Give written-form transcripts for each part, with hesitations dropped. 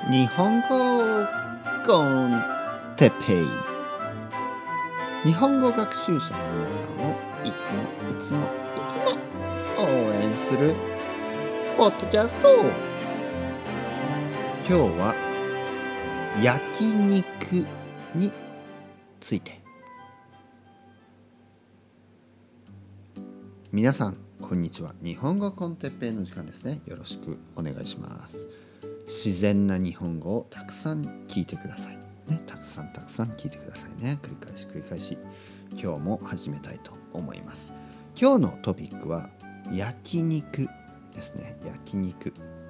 日本語コンテペイ。日本語学習者の皆さんをいつも応援するポッドキャスト。今日は焼肉について。皆さんこんにちは。日本語コンテッペイの時間ですね。よろしくお願いします。自然な日本語をたくさん聞いてくださいね。たくさん聞いてくださいね。繰り返し今日も始めたいと思います。今日のトピックは焼肉ですね。焼肉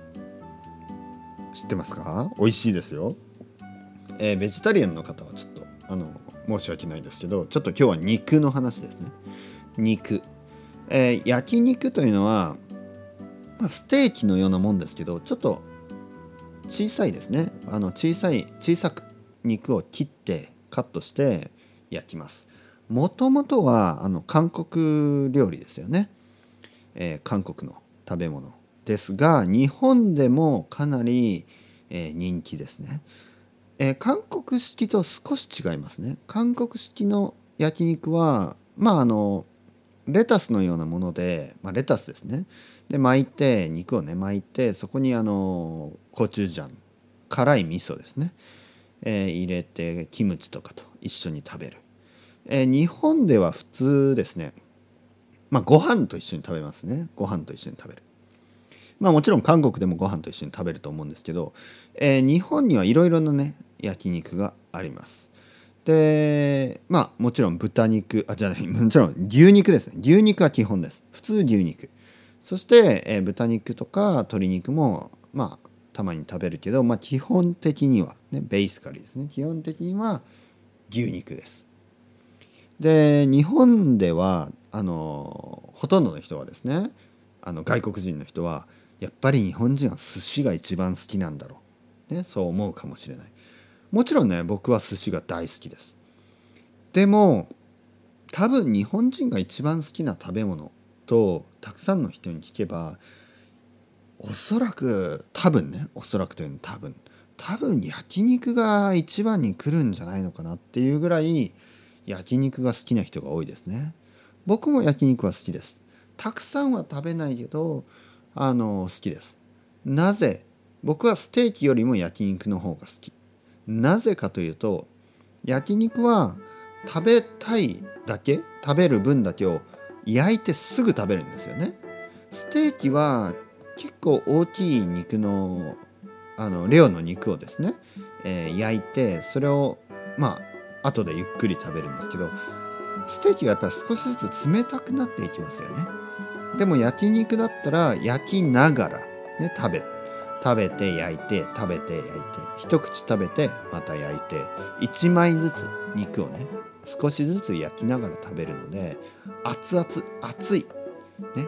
知ってますか？美味しいですよ。ベジタリアンの方はちょっと申し訳ないですけど、ちょっと今日は肉の話ですね。肉、焼肉というのは、ステーキのようなもんですけど、ちょっと小さいですね。小さく肉を切ってカットして焼きます。もともとは韓国料理ですよね。韓国の食べ物ですが、日本でもかなり、人気ですね。韓国式と少し違いますね。韓国式の焼肉はレタスのようなもので、レタスですね。で巻いて肉をね巻いて、そこにコチュジャン、辛い味噌ですね、入れてキムチとかと一緒に食べる。日本では普通ですね。ご飯と一緒に食べますね。ご飯と一緒に食べる。もちろん韓国でもご飯と一緒に食べると思うんですけど、日本にはいろいろなね焼肉があります。でもちろん豚肉もちろん牛肉ですね。牛肉は基本です。普通牛肉。そして、豚肉とか鶏肉もたまに食べるけど、基本的にはね、ベーシカリですね。基本的には牛肉です。で日本ではほとんどの人はですね、外国人の人はやっぱり日本人は寿司が一番好きなんだろう、ね、そう思うかもしれない。もちろんね、僕は寿司が大好きです。でも多分日本人が一番好きな食べ物とたくさんの人に聞けば、おそらくというの多分焼肉が一番に来るんじゃないのかなっていうぐらい焼肉が好きな人が多いですね。僕も焼肉は好きです。たくさんは食べないけど好きです。なぜ？僕はステーキよりも焼肉の方が好き。なぜかというと、焼肉は食べたいだけ、食べる分だけを焼いてすぐ食べるんですよね。ステーキは結構大きい肉の量の肉をですね、焼いて、それを後でゆっくり食べるんですけど、ステーキはやっぱり少しずつ冷たくなっていきますよね。でも焼肉だったら焼きながら、ね、食べて焼いて食べて焼いて、一口食べてまた焼いて、一枚ずつ肉をね少しずつ焼きながら食べるので、熱いね、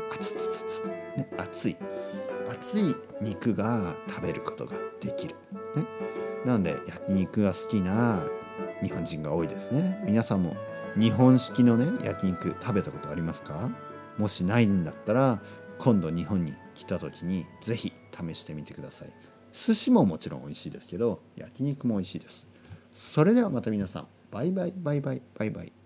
熱い肉が食べることができる、ね、なので焼肉が好きな日本人が多いですね。皆さんも日本式のね焼肉食べたことありますか？もしないんだったら、今度日本に来た時にぜひ試してみてください。寿司ももちろん美味しいですけど、焼肉も美味しいです。それではまた皆さん、バイバイ。